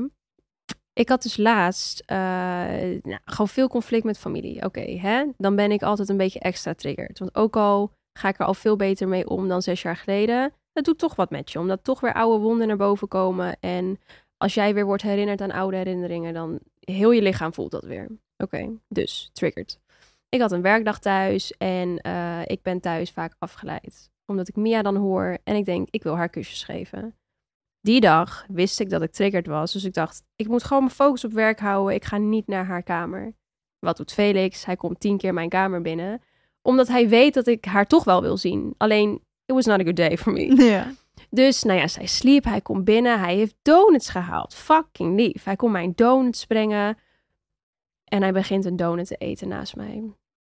ik had dus laatst uh, nou, gewoon veel conflict met familie. Oké, hè? Dan ben ik altijd een beetje extra triggerd. Want ook al ga ik er al veel beter mee om dan zes jaar geleden, het doet toch wat met je. Omdat toch weer oude wonden naar boven komen. En als jij weer wordt herinnerd aan oude herinneringen, dan heel je lichaam voelt dat weer. Oké, dus triggered. Ik had een werkdag thuis en uh, ik ben thuis vaak afgeleid. Omdat ik Mia dan hoor en ik denk, ik wil haar kusjes geven. Die dag wist ik dat ik triggered was. Dus ik dacht, ik moet gewoon mijn focus op werk houden. Ik ga niet naar haar kamer. Wat doet Felix? Hij komt tien keer mijn kamer binnen. Omdat hij weet dat ik haar toch wel wil zien. Alleen, it was not a good day for me. Ja. Dus, nou ja, zij sliep. Hij komt binnen. Hij heeft donuts gehaald. Fucking lief. Hij kon mijn donuts brengen. En hij begint een donut te eten naast mij.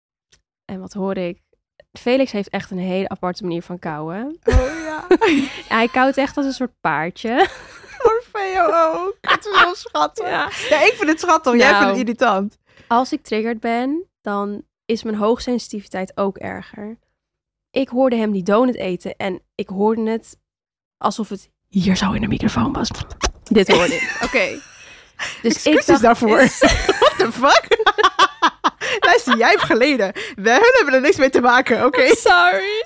En wat hoor ik? Felix heeft echt een hele aparte manier van kauwen. Oh ja. Hij kauwt echt als een soort paardje. Orfeo ook. Het is wel schattig. Ja. Ja, ik vind het schattig. Jij Nou. vindt het irritant. Als ik triggerd ben, dan is mijn hoogsensitiviteit ook erger. Ik hoorde hem die donut eten en ik hoorde het alsof het hier zo in de microfoon was. Dit hoorde ik. Oké. Dus Excuses ik dacht, daarvoor. What the fuck? Luister, jij hebt geleden. We hun hebben er niks mee te maken, oké? Sorry.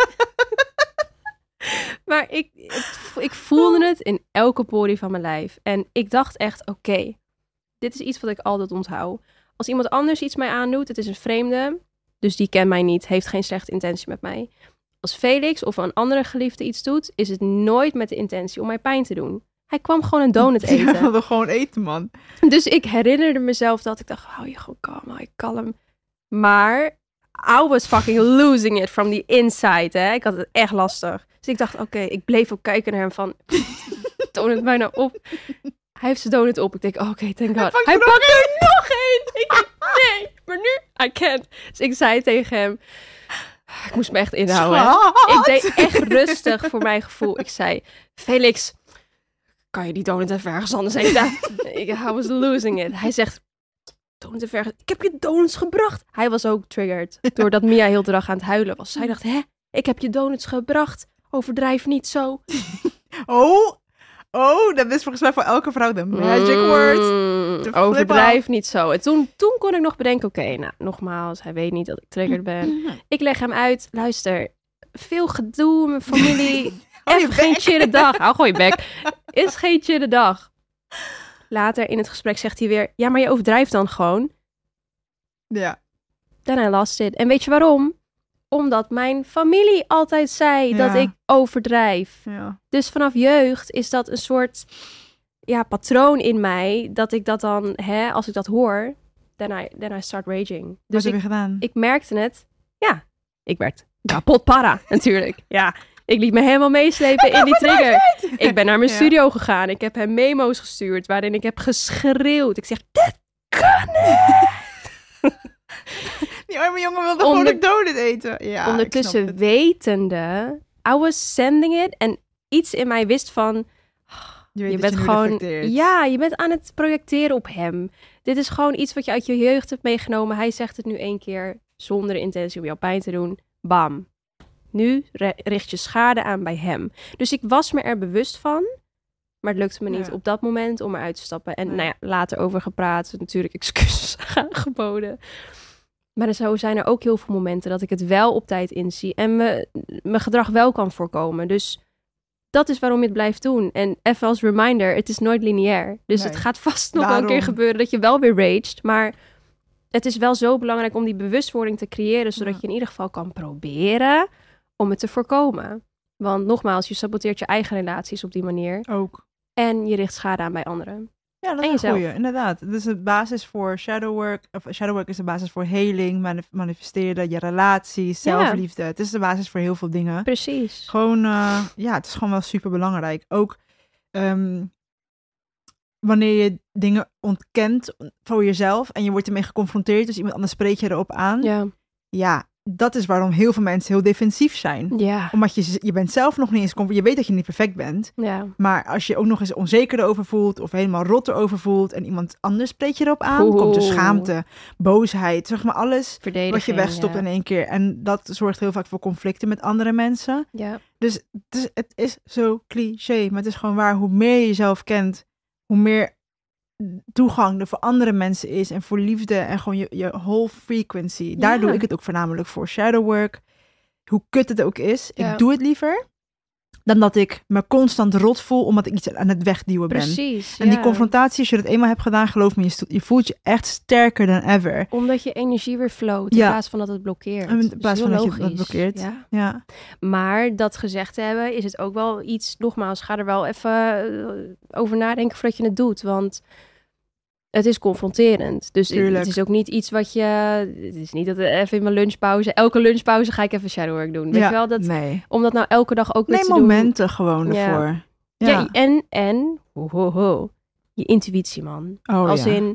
Maar ik, het- ik voelde het in elke porie van mijn lijf. En ik dacht echt, oké, dit is iets wat ik altijd onthoud. Als iemand anders iets mij aandoet, het is een vreemde, dus die kent mij niet, heeft geen slechte intentie met mij. Als Felix of een andere geliefde iets doet, is het nooit met de intentie om mij pijn te doen. Hij kwam gewoon een donut Jij eten. wilde gewoon eten, man. Dus ik herinnerde mezelf dat ik dacht, hou je gewoon kalm, hou je kalm. Maar I was fucking losing it from the inside, hè. Ik had het echt lastig. Dus ik dacht, oké, ik bleef ook kijken naar hem van, toon het bijna op. Hij heeft zijn donut op. Ik denk, oké, okay, thank God. pakt Hij er pakt er nog één. Ik denk, nee, maar nu, I can't. Dus ik zei tegen hem, ik moest me echt inhouden. hè. Schat. Ik deed echt rustig voor mijn gevoel. Ik zei, Felix, kan je die donut even ergens anders eten? Ik I was losing it. Hij zegt, donut even ergens. Ik heb je donuts gebracht. Hij was ook triggered doordat Mia heel de dag aan het huilen was. Zij dacht, hè, ik heb je donuts gebracht. Overdrijf niet zo. Oh, oh, dat is volgens mij voor elke vrouw de magic word. Mm, flip overdrijf niet zo. En toen, toen kon ik nog bedenken, oké, nou, nogmaals, hij weet niet dat ik triggered ben. Ik leg hem uit, luister, veel gedoe, mijn familie, Hou je even geen bek. chille dag. Hou gewoon je bek. Is geen chille dag. Later in het gesprek zegt hij weer, ja, maar je overdrijft dan gewoon. Ja. Then I lost it. En weet je waarom? Omdat mijn familie altijd zei Ja. dat ik overdrijf. Ja. Dus vanaf jeugd is dat een soort ja, patroon in mij, dat ik dat dan, hè, als ik dat hoor, then I, then I start raging. Wat Dus heb ik, je gedaan? ik merkte het, ja, ik werd kapot para, natuurlijk. Ja, ik liet me helemaal meeslepen in die trigger. Ik ben naar mijn Ja. studio gegaan, ik heb hem memo's gestuurd, waarin ik heb geschreeuwd. Ik zeg, dit kan niet! Die arme jongen wilde Onder- gewoon een donut eten. Ja, ik Ondertussen snap het. wetende, I was sending it, en iets in mij wist van, Je, weet Je dat bent je nu gewoon, reflecteert. ja, je bent aan het projecteren op hem. Dit is gewoon iets wat je uit je jeugd hebt meegenomen. Hij zegt het nu één keer zonder de intentie om jou pijn te doen. Bam. Nu re- richt je schade aan bij hem. Dus ik was me er bewust van, maar het lukte me niet Ja. op dat moment om eruit te stappen. En Nee. nou ja, later over gepraat, natuurlijk excuses aangeboden. Maar er zo zijn er ook heel veel momenten dat ik het wel op tijd inzie en me, mijn gedrag wel kan voorkomen. Dus dat is waarom je het blijft doen. En even als reminder, het is nooit lineair. Dus Nee. het gaat vast nog wel een keer Daarom. gebeuren dat je wel weer raged. Maar het is wel zo belangrijk om die bewustwording te creëren, zodat Ja. je in ieder geval kan proberen om het te voorkomen. Want nogmaals, je saboteert je eigen relaties op die manier. Ook. En je richt schade aan bij anderen. Ja, dat En is een jezelf. goeie, inderdaad. Het is de basis voor shadow work. Of shadow work is de basis voor heling, manif- manifesteren, je relatie, zelfliefde. Het is de basis voor heel veel dingen. Precies. Gewoon, uh, ja, het is gewoon wel super belangrijk. Ook um, wanneer je dingen ontkent voor jezelf en je wordt ermee geconfronteerd, dus iemand anders spreekt je erop aan. Ja. Ja, dat is waarom heel veel mensen heel defensief zijn. Ja. Omdat je, je bent zelf nog niet eens, conf- je weet dat je niet perfect bent. Ja. Maar als je ook nog eens onzeker erover voelt of helemaal rot erover voelt en iemand anders spreekt je erop aan, Oeh. komt er schaamte, boosheid, zeg maar alles Verdediging. wat je wegstopt ja. in één keer. En dat zorgt heel vaak voor conflicten met andere mensen. Ja. Dus het is, het is zo cliché, maar het is gewoon waar. Hoe meer je jezelf kent, hoe meer toegang er voor andere mensen is en voor liefde en gewoon je, je whole frequency. Daar Ja. doe ik het ook voornamelijk voor. Shadow work, hoe kut het ook is. Ja. Ik doe het liever dan dat ik me constant rot voel omdat ik iets aan het wegduwen ben. Precies. En ja. die confrontatie, als je dat eenmaal hebt gedaan, geloof me, je, sto- je voelt je echt sterker dan ever. Omdat je energie weer float, in Ja. plaats van dat het blokkeert. In Dat is plaats heel van dat je dat logisch. blokkeert. Ja. Ja, Maar dat gezegd te hebben, is het ook wel iets, nogmaals, ga er wel even uh, over nadenken voordat je het doet. Want het is confronterend. Dus Tuurlijk. het is ook niet iets wat je... Het is niet dat even in mijn lunchpauze... Elke lunchpauze ga ik even shadowwork doen. Weet ja. je wel? Dat, nee. om dat nou elke dag ook weer Nee, te doen. momenten gewoon Ja. ervoor. Ja. Ja. en, en, ho, ho, ho, je intuïtie, man. Oh, Als ja. in,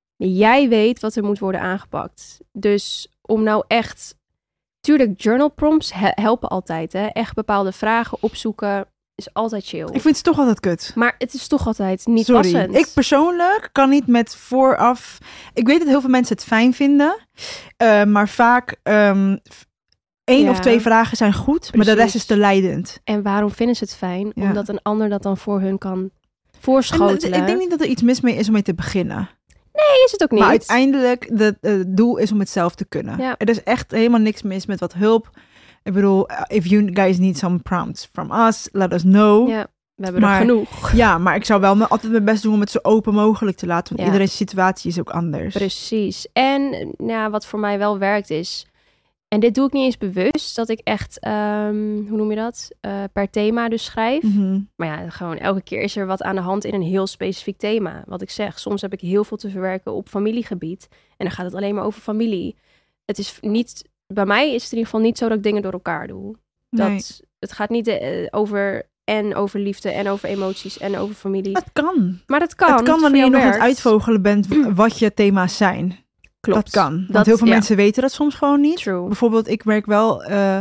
jij weet wat er moet worden aangepakt. Dus om nou echt... Tuurlijk, journal prompts he- helpen altijd, hè. Echt bepaalde vragen opzoeken is altijd chill. Ik vind het toch altijd kut. Maar het is toch altijd niet Sorry. passend. Ik persoonlijk kan niet met vooraf... Ik weet dat heel veel mensen het fijn vinden. Uh, maar vaak... Um, één Ja. of twee vragen zijn goed, maar de rest Precies. is te leidend. En waarom vinden ze het fijn? Ja. Omdat een ander dat dan voor hun kan En voorschotelen. dat- ik denk niet dat er iets mis mee is om mee te beginnen. Nee, is het ook niet. Maar uiteindelijk, het uh, doel is om het zelf te kunnen. Ja. Er is echt helemaal niks mis met wat hulp. Ik bedoel, if you guys need some prompts from us, let us know. Ja, we hebben Maar- er genoeg. Ja, maar ik zou wel me altijd mijn best doen om het zo open mogelijk te laten. Want Ja. iedereen's situatie is ook anders. Precies. En nou, ja, wat voor mij wel werkt is... En dit doe ik niet eens bewust, dat ik echt, um, hoe noem je dat? Uh, per thema dus schrijf. Mm-hmm. Maar ja, gewoon elke keer is er wat aan de hand in een heel specifiek thema. Wat ik zeg, soms heb ik heel veel te verwerken op familiegebied. En dan gaat het alleen maar over familie. Het is niet, bij mij is het in ieder geval niet zo dat ik dingen door elkaar doe. Dat, Nee. Het gaat niet uh, over en over liefde en over emoties en over familie. Het kan. Maar dat kan. het kan voor wanneer je jou nog aan het werkt. uitvogelen bent w- wat je thema's zijn. Klopt. Dat kan. Want Dat- heel veel ja. mensen weten dat soms gewoon niet. True. Bijvoorbeeld, ik merk wel uh,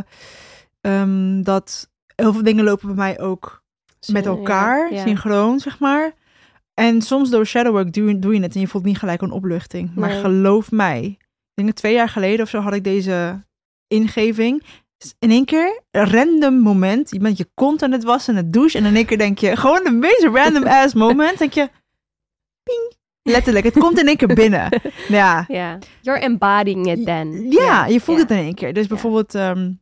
um, dat heel veel dingen lopen bij mij ook met elkaar, Ja, ja. synchroon, zeg maar. En soms door shadowwork doe, je- doe je het en je voelt niet gelijk een opluchting. Maar Nee. geloof mij, ik denk dat twee jaar geleden of zo had ik deze ingeving. In één keer, een random moment, je bent je kont aan het wassen en het douche en in één keer denk je, gewoon de meest random ass moment, denk je, ping, letterlijk, het komt in één keer binnen. Ja, Ja, you're embodying it then. ja, je voelt ja. het in één keer. Dus bijvoorbeeld, um,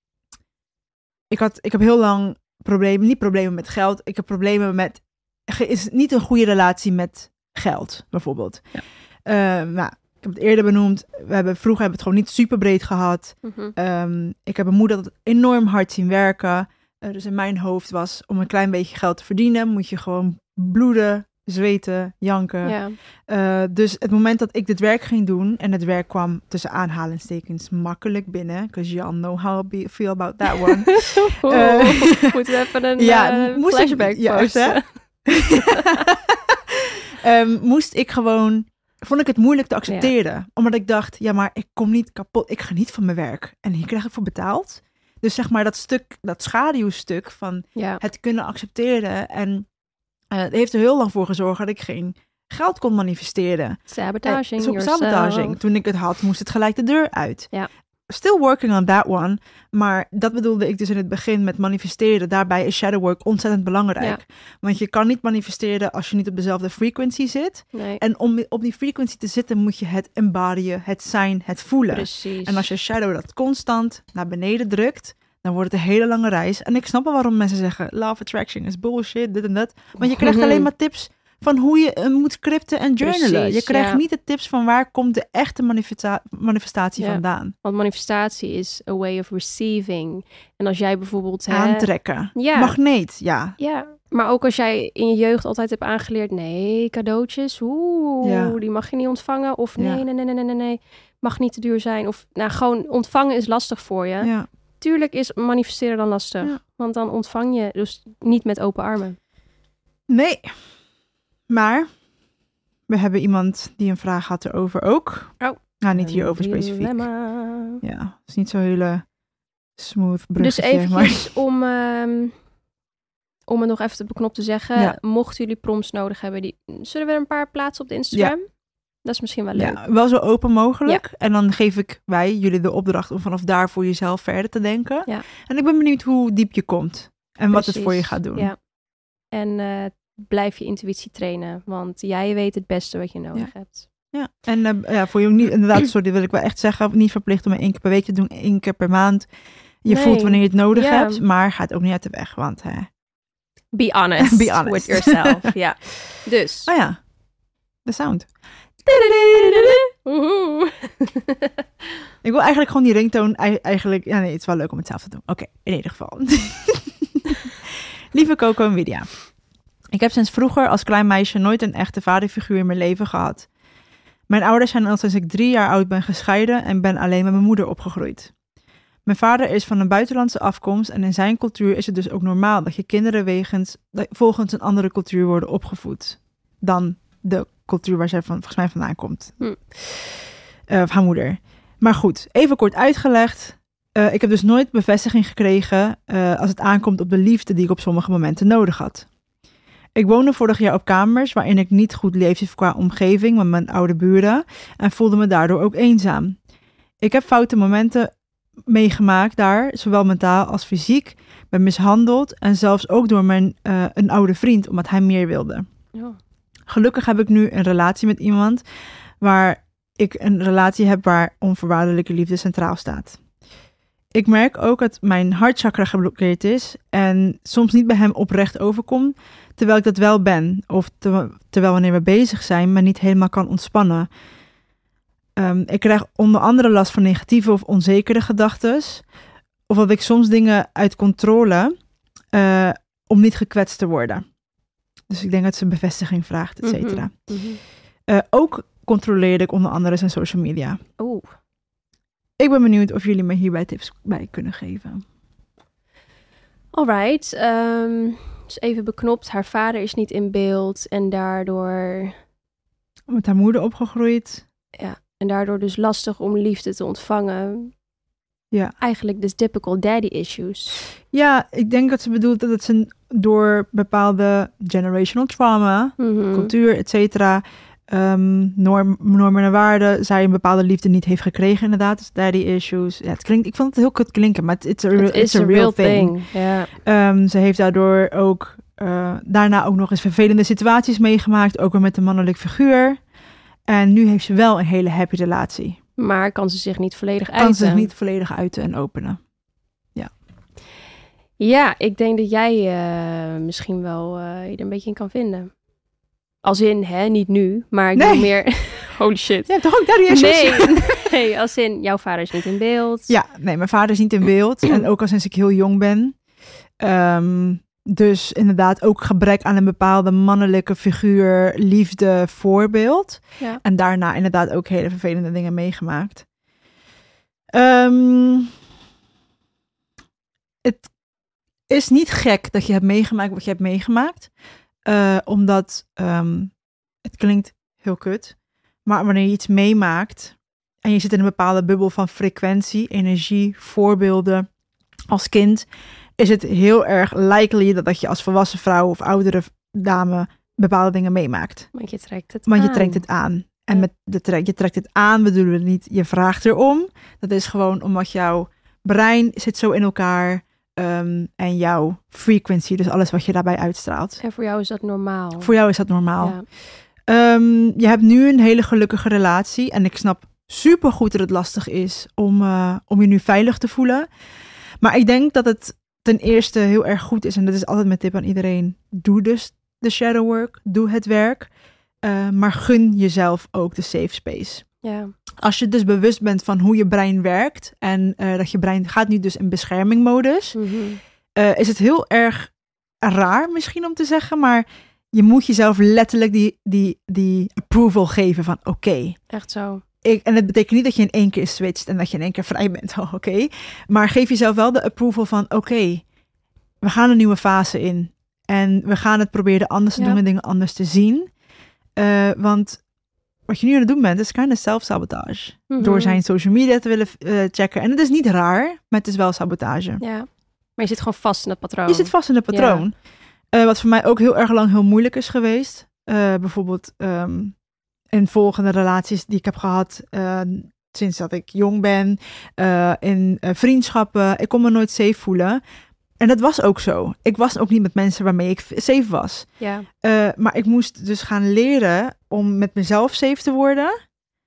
ik, had, ik heb heel lang problemen, niet problemen met geld, ik heb problemen met, is niet een goede relatie met geld, bijvoorbeeld. Ja. Uh, nou, ik heb het eerder benoemd, we hebben, vroeger hebben we het gewoon niet super breed gehad. Mhm. Um, ik heb een moeder dat enorm hard zien werken. Uh, dus in mijn hoofd was, om een klein beetje geld te verdienen, moet je gewoon bloeden, zweten, janken. Ja. Uh, dus het moment dat ik dit werk ging doen, en het werk kwam tussen aanhalingstekens makkelijk binnen, because you all know how I feel about that one. Oeh, Uh, moeten we even een ja, uh, moest ik- flashback ja, echt, hè? posten. um, moest ik gewoon, vond ik het moeilijk te accepteren. Omdat ik dacht, ja, maar ik kom niet kapot. Ik geniet van mijn werk. En hier krijg ik voor betaald. Dus zeg maar dat stuk, dat schaduwstuk van Ja. het kunnen accepteren en Uh, heeft er heel lang voor gezorgd dat ik geen geld kon manifesteren. Sabotaging uh, yourself. Sabotaging. Toen ik het had, moest het gelijk de deur uit. Ja. Still working on that one. Maar dat bedoelde ik dus in het begin met manifesteren. Daarbij is shadow work ontzettend belangrijk. Ja. Want je kan niet manifesteren als je niet op dezelfde frequency zit. Nee. En om op die frequency te zitten moet je het embodyen, het zijn, het voelen. Precies. En als je shadow dat constant naar beneden drukt, dan wordt het een hele lange reis. En ik snap wel waarom mensen zeggen, law of attraction is bullshit, dit en dat. Want je krijgt alleen maar tips van hoe je uh, moet scripten en journalen. Precies, je krijgt ja. niet de tips van waar komt de echte manifesta- manifestatie ja. vandaan. Want manifestatie is a way of receiving. En als jij bijvoorbeeld... Aantrekken. Hè, ja. Magneet, ja. Ja, maar ook als jij in je jeugd altijd hebt aangeleerd... nee, cadeautjes, oeh, ja. die mag je niet ontvangen. Of nee, ja. nee, nee, nee, nee, nee, mag niet te duur zijn. Of nou, gewoon ontvangen is lastig voor je. Ja. Tuurlijk is manifesteren dan lastig. Ja. Want dan ontvang je dus niet met open armen. Nee. Maar we hebben iemand die een vraag had erover ook. Oh. Nou, niet hierover specifiek. Dilemma. Ja, het is niet zo'n hele smooth bruggetje. Dus eventjes maar... om, um, om het nog even te beknopt te zeggen. Ja. Mochten jullie prompts nodig hebben, die, zullen we er een paar plaatsen op de Instagram? Ja. Dat is misschien wel leuk. Ja, wel zo open mogelijk. Ja. En dan geef ik wij jullie de opdracht om vanaf daar voor jezelf verder te denken. Ja. En ik ben benieuwd hoe diep je komt. En Precies. wat het voor je gaat doen. Ja. En uh, blijf je intuïtie trainen. Want jij weet het beste wat je nodig ja. hebt. Ja, en uh, ja, voor je niet, inderdaad, sorry, wil ik wel echt zeggen, niet verplicht om één keer per week te doen, één keer per maand. Je nee. voelt wanneer je het nodig ja. hebt, maar ga het ook niet uit de weg, want... Hè. Be honest, Be honest with yourself. Ja. Dus. Oh ja, de sound. Ik wil eigenlijk gewoon die ringtone, eigenlijk, ja nee, het is wel leuk om het zelf te doen. Oké, okay, in ieder geval. Lieve Coco en Widia. Ik heb sinds vroeger als klein meisje nooit een echte vaderfiguur in mijn leven gehad. Mijn ouders zijn al sinds ik drie jaar oud ben gescheiden en ben alleen met mijn moeder opgegroeid. Mijn vader is van een buitenlandse afkomst en in zijn cultuur is het dus ook normaal dat je kinderen wegens, volgens een andere cultuur worden opgevoed dan de cultuur waar zij van, volgens mij vandaan komt. Hm. Uh, of haar moeder. Maar goed, even kort uitgelegd. Uh, ik heb dus nooit bevestiging gekregen uh, als het aankomt op de liefde die ik op sommige momenten nodig had. Ik woonde vorig jaar op kamers waarin ik niet goed leefde qua omgeving met mijn oude buren en voelde me daardoor ook eenzaam. Ik heb foute momenten meegemaakt daar, zowel mentaal als fysiek, ben mishandeld en zelfs ook door mijn, uh, een oude vriend, omdat hij meer wilde. Ja. Gelukkig heb ik nu een relatie met iemand waar ik een relatie heb waar onvoorwaardelijke liefde centraal staat. Ik merk ook dat mijn hartchakra geblokkeerd is en soms niet bij hem oprecht overkom, terwijl ik dat wel ben. Of te, terwijl wanneer we bezig zijn, maar niet helemaal kan ontspannen. Um, ik krijg onder andere last van negatieve of onzekere gedachten. Of dat ik soms dingen uit controle uh, om niet gekwetst te worden. Dus ik denk dat ze een bevestiging vraagt, et cetera. Mm-hmm. Mm-hmm. Uh, ook controleerde ik onder andere zijn social media. Oeh. Ik ben benieuwd of jullie me hierbij tips bij kunnen geven. Alright. Um, dus even beknopt. Haar vader is niet in beeld en daardoor... Met haar moeder opgegroeid. Ja, en daardoor dus lastig om liefde te ontvangen. Ja. Eigenlijk dus typical daddy issues. Ja, ik denk dat ze bedoelt dat ze door bepaalde generational trauma, mm-hmm. cultuur, et cetera... Um, norm, normen en waarden, zij een bepaalde liefde niet heeft gekregen inderdaad. Dus daddy issues. Ja, het klinkt, ik vond het heel kut klinken, maar it's a, it it's a, a real, real thing. thing. Yeah. Um, ze heeft daardoor ook uh, daarna ook nog eens vervelende situaties meegemaakt, ook weer met een mannelijk figuur. En nu heeft ze wel een hele happy relatie. Maar kan ze zich niet volledig uiten. Kan ze zich niet volledig uiten en openen. Ja. Ja, ik denk dat jij uh, misschien wel uh, je er een beetje in kan vinden. Als in, hè, niet nu, maar ik nee. bedoel meer... Holy shit. Je hebt toch ook daddy issues? Nee, nee, als in, jouw vader is niet in beeld. Ja, nee, mijn vader is niet in beeld. En ook al sinds ik heel jong ben. Um, dus inderdaad ook gebrek aan een bepaalde mannelijke figuur, liefde, voorbeeld. Ja. En daarna inderdaad ook hele vervelende dingen meegemaakt. Um, het is niet gek dat je hebt meegemaakt wat je hebt meegemaakt. Uh, omdat um, het klinkt heel kut, maar wanneer je iets meemaakt en je zit in een bepaalde bubbel van frequentie, energie, voorbeelden als kind, is het heel erg likely dat, dat je als volwassen vrouw of oudere dame bepaalde dingen meemaakt. Want je trekt het Want aan. je trekt het aan. En Ja. met de trek, je trekt het aan bedoelen we niet, je vraagt erom. Dat is gewoon omdat jouw brein zit zo in elkaar. Um, en jouw frequency, dus alles wat je daarbij uitstraalt. En voor jou is dat normaal. Voor jou is dat normaal. Ja. Um, je hebt nu een hele gelukkige relatie. En ik snap supergoed dat het lastig is om, uh, om je nu veilig te voelen. Maar ik denk dat het ten eerste heel erg goed is. En dat is altijd mijn tip aan iedereen. Doe dus de shadow work. Doe het werk. Uh, maar gun jezelf ook de safe space. Ja. Als je dus bewust bent van hoe je brein werkt. En uh, dat je brein gaat nu dus in beschermingmodus. Mm-hmm. Uh, is het heel erg raar misschien om te zeggen. Maar je moet jezelf letterlijk die, die, die approval geven van oké. Okay, echt zo. Ik, en het betekent niet dat je in één keer switcht en dat je in één keer vrij bent. Oh, oké. Okay. Maar geef jezelf wel de approval van oké. Okay, we gaan een nieuwe fase in. En we gaan het proberen anders te ja. doen en dingen anders te zien. Uh, want wat je nu aan het doen bent, is kind of self-sabotage. Mm-hmm. Door zijn social media te willen uh, checken. En het is niet raar, maar het is wel sabotage. Ja, maar je zit gewoon vast in dat patroon. Je zit vast in het patroon. Ja. Uh, wat voor mij ook heel erg lang heel moeilijk is geweest. Uh, bijvoorbeeld um, in volgende relaties die ik heb gehad uh, sinds dat ik jong ben. Uh, in uh, vriendschappen. Ik kon me nooit safe voelen. En dat was ook zo. Ik was ook niet met mensen waarmee ik safe was. Ja. Uh, maar ik moest dus gaan leren om met mezelf safe te worden.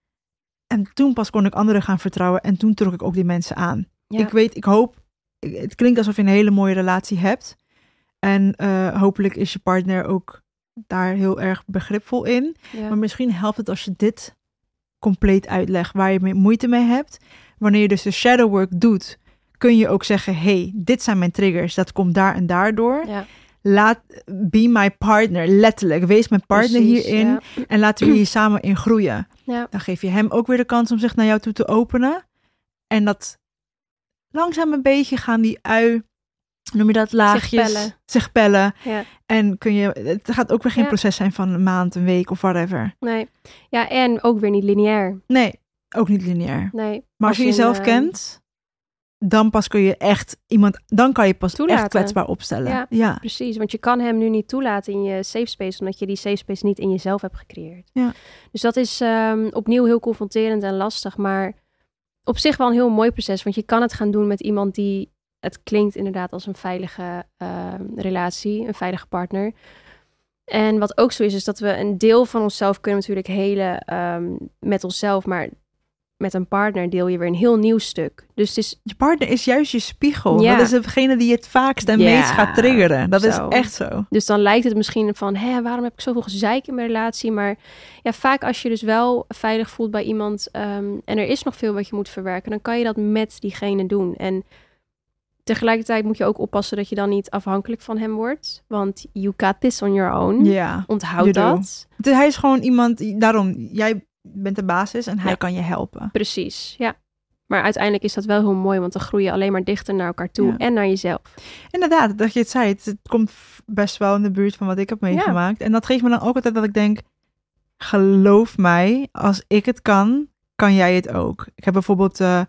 En toen pas kon ik anderen gaan vertrouwen. En toen trok ik ook die mensen aan. Ja. Ik weet, ik hoop... Het klinkt alsof je een hele mooie relatie hebt. En uh, hopelijk is je partner ook daar heel erg begripvol in. Ja. Maar misschien helpt het als je dit compleet uitlegt waar je moeite mee hebt. Wanneer je dus de shadow work doet, kun je ook zeggen, hey, dit zijn mijn triggers, dat komt daar en daardoor. Ja. Laat, be my partner, letterlijk. Wees mijn partner Precies, hierin ja. En laten we hier samen in groeien. Ja. Dan geef je hem ook weer de kans om zich naar jou toe te openen. En dat langzaam een beetje gaan die ui, noem je dat, laagjes, zich pellen. Zich pellen. Ja. En kun je, het gaat ook weer geen ja. proces zijn van een maand, een week of whatever. Nee. Ja, en ook weer niet lineair. Nee, ook niet lineair. Nee. Maar als, als je je jezelf uh... kent, dan pas kun je echt iemand, dan kan je pas toelaten. echt kwetsbaar opstellen. Ja, ja, precies. Want je kan hem nu niet toelaten in je safe space, omdat je die safe space niet in jezelf hebt gecreëerd. Ja. Dus dat is um, opnieuw heel confronterend en lastig, maar op zich wel een heel mooi proces. Want je kan het gaan doen met iemand die, het klinkt inderdaad als een veilige uh, relatie, een veilige partner. En wat ook zo is, is dat we een deel van onszelf kunnen natuurlijk helen um, met onszelf, maar met een partner deel je weer een heel nieuw stuk. Dus het is... Je partner is juist je spiegel. Ja. Dat is degene die het vaakst en ja, meest gaat triggeren. Dat zo. is echt zo. Dus dan lijkt het misschien van, hé, waarom heb ik zoveel gezeik in mijn relatie? Maar ja, vaak als je dus wel veilig voelt bij iemand um, en er is nog veel wat je moet verwerken, dan kan je dat met diegene doen. En tegelijkertijd moet je ook oppassen dat je dan niet afhankelijk van hem wordt. Want you got this on your own. Ja. Onthoud dat. Dus hij is gewoon iemand, daarom, jij bent de basis en hij ja. kan je helpen. Precies, ja. Maar uiteindelijk is dat wel heel mooi, want dan groei je alleen maar dichter naar elkaar toe ja. en naar jezelf. Inderdaad, dat je het zei, het, het komt best wel in de buurt van wat ik heb meegemaakt. Ja. En dat geeft me dan ook altijd dat ik denk, geloof mij, als ik het kan, kan jij het ook. Ik heb bijvoorbeeld uh,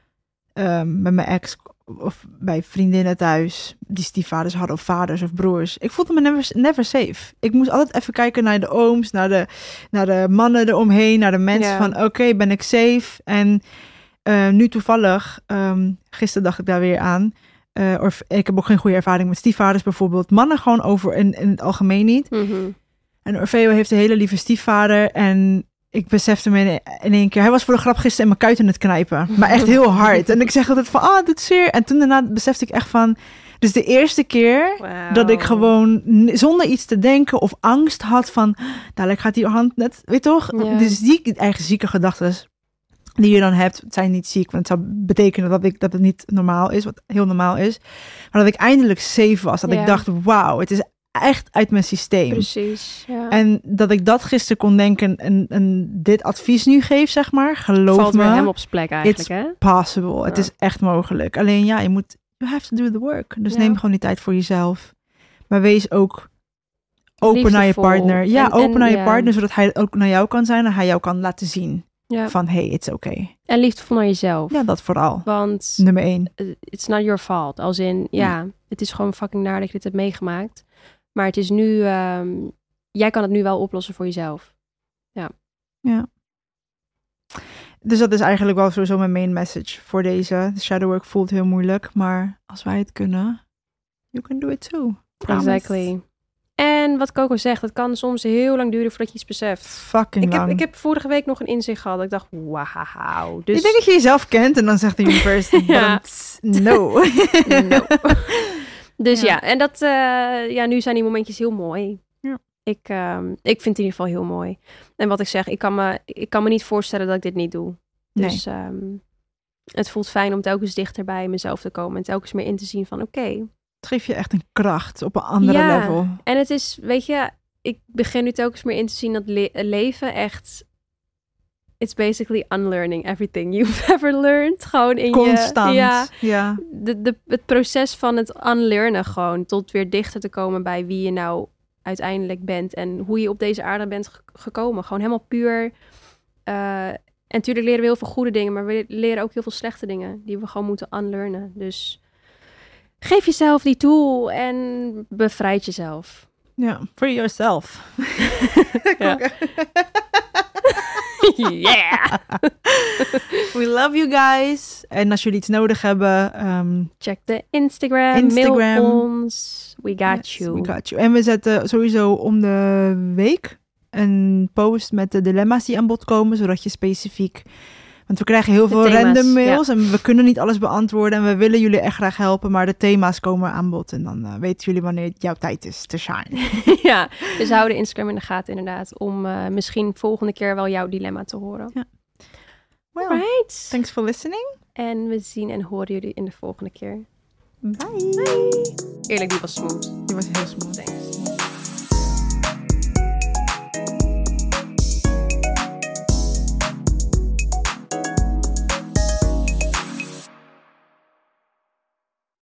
uh, met mijn ex of bij vriendinnen thuis, die stiefvaders hadden of vaders of broers. Ik voelde me never, never safe. Ik moest altijd even kijken naar de ooms, naar de, naar de mannen eromheen, naar de mensen ja. van oké, okay, ben ik safe? En uh, nu toevallig, um, gisteren dacht ik daar weer aan, uh, of ik heb ook geen goede ervaring met stiefvaders bijvoorbeeld. Mannen gewoon over in, in het algemeen niet. Mm-hmm. En Orfeo heeft een hele lieve stiefvader en ik besefte me in, in één keer, hij was voor de grap gisteren in mijn kuit aan het knijpen. Maar echt heel hard. En ik zeg altijd van, ah, oh, het doet zeer. En toen daarna besefte ik echt van, dus de eerste keer wow. dat ik gewoon zonder iets te denken of angst had van, dadelijk gaat die hand net, weet je toch? Ja. Dus die eigen zieke gedachten die je dan hebt, zijn niet ziek, want het zou betekenen dat, ik, dat het niet normaal is, wat heel normaal is. Maar dat ik eindelijk safe was. Dat ja. ik dacht, wauw, het is echt uit mijn systeem. Precies, ja. En dat ik dat gisteren kon denken en, en dit advies nu geef, zeg maar, geloof Valt me. weer hem op zijn plek eigenlijk, it's hè? possible. Ja. Het is echt mogelijk. Alleen ja, je moet, you have to do the work. Dus ja. neem gewoon die tijd voor jezelf. Maar wees ook open liefdevol. naar je partner. Ja, en, open en, naar je ja. partner, zodat hij ook naar jou kan zijn en hij jou kan laten zien. Ja. Van, hey, it's okay. En liefdevol naar jezelf. Ja, dat vooral. Want nummer één. It's not your fault. Als in, ja, ja, het is gewoon fucking naar dat je dit hebt meegemaakt. Maar het is nu... Um, jij kan het nu wel oplossen voor jezelf. Ja. Ja. Dus dat is eigenlijk wel sowieso mijn main message voor deze. De shadowwork voelt heel moeilijk, maar als wij het kunnen, you can do it too. Promise. Exactly. En wat Coco zegt, het kan soms heel lang duren voordat je iets beseft. Fucking ik lang. Heb, ik heb vorige week nog een inzicht gehad. Ik dacht, wauw. Dus... Ik denk dat je jezelf kent en dan zegt de universe, ja. no. no. Dus ja, ja. en dat, uh, ja, nu zijn die momentjes heel mooi. Ja. Ik, um, ik vind het in ieder geval heel mooi. En wat ik zeg, ik kan me, ik kan me niet voorstellen dat ik dit niet doe. Dus nee. um, het voelt fijn om telkens dichter bij mezelf te komen. En telkens meer in te zien van, oké. Okay, het geeft je echt een kracht op een andere ja, level. En het is, weet je, ik begin nu telkens meer in te zien dat le- leven echt... It's basically unlearning everything you've ever learned. Gewoon in Constant, je... Ja, ja. De, de, het proces van het unlearnen gewoon. Tot weer dichter te komen bij wie je nou uiteindelijk bent. En hoe je op deze aarde bent ge- gekomen. Gewoon helemaal puur. Uh, en natuurlijk leren we heel veel goede dingen. Maar we leren ook heel veel slechte dingen. Die we gewoon moeten unlearnen. Dus geef jezelf die tool. En bevrijd jezelf. Ja, free yourself. Ja. Yeah! We love you guys. En als jullie iets nodig hebben... Um, check de Instagram, Instagram. Mail ons. We got yes, you. We got you. En we zetten sowieso om de week een post met de dilemma's die aan bod komen. Zodat je specifiek... Want we krijgen heel de veel thema's, random mails. Ja. En we kunnen niet alles beantwoorden. En we willen jullie echt graag helpen. Maar de thema's komen aan bod. En dan uh, weten jullie wanneer het jouw tijd is te shine. Ja, dus hou de Instagram in de gaten inderdaad. Om uh, misschien volgende keer wel jouw dilemma te horen. Ja. Well, right. Thanks for listening. En we zien en horen jullie in de volgende keer. Bye. Bye. Eerlijk, die was smooth. Die was heel smooth. Thanks.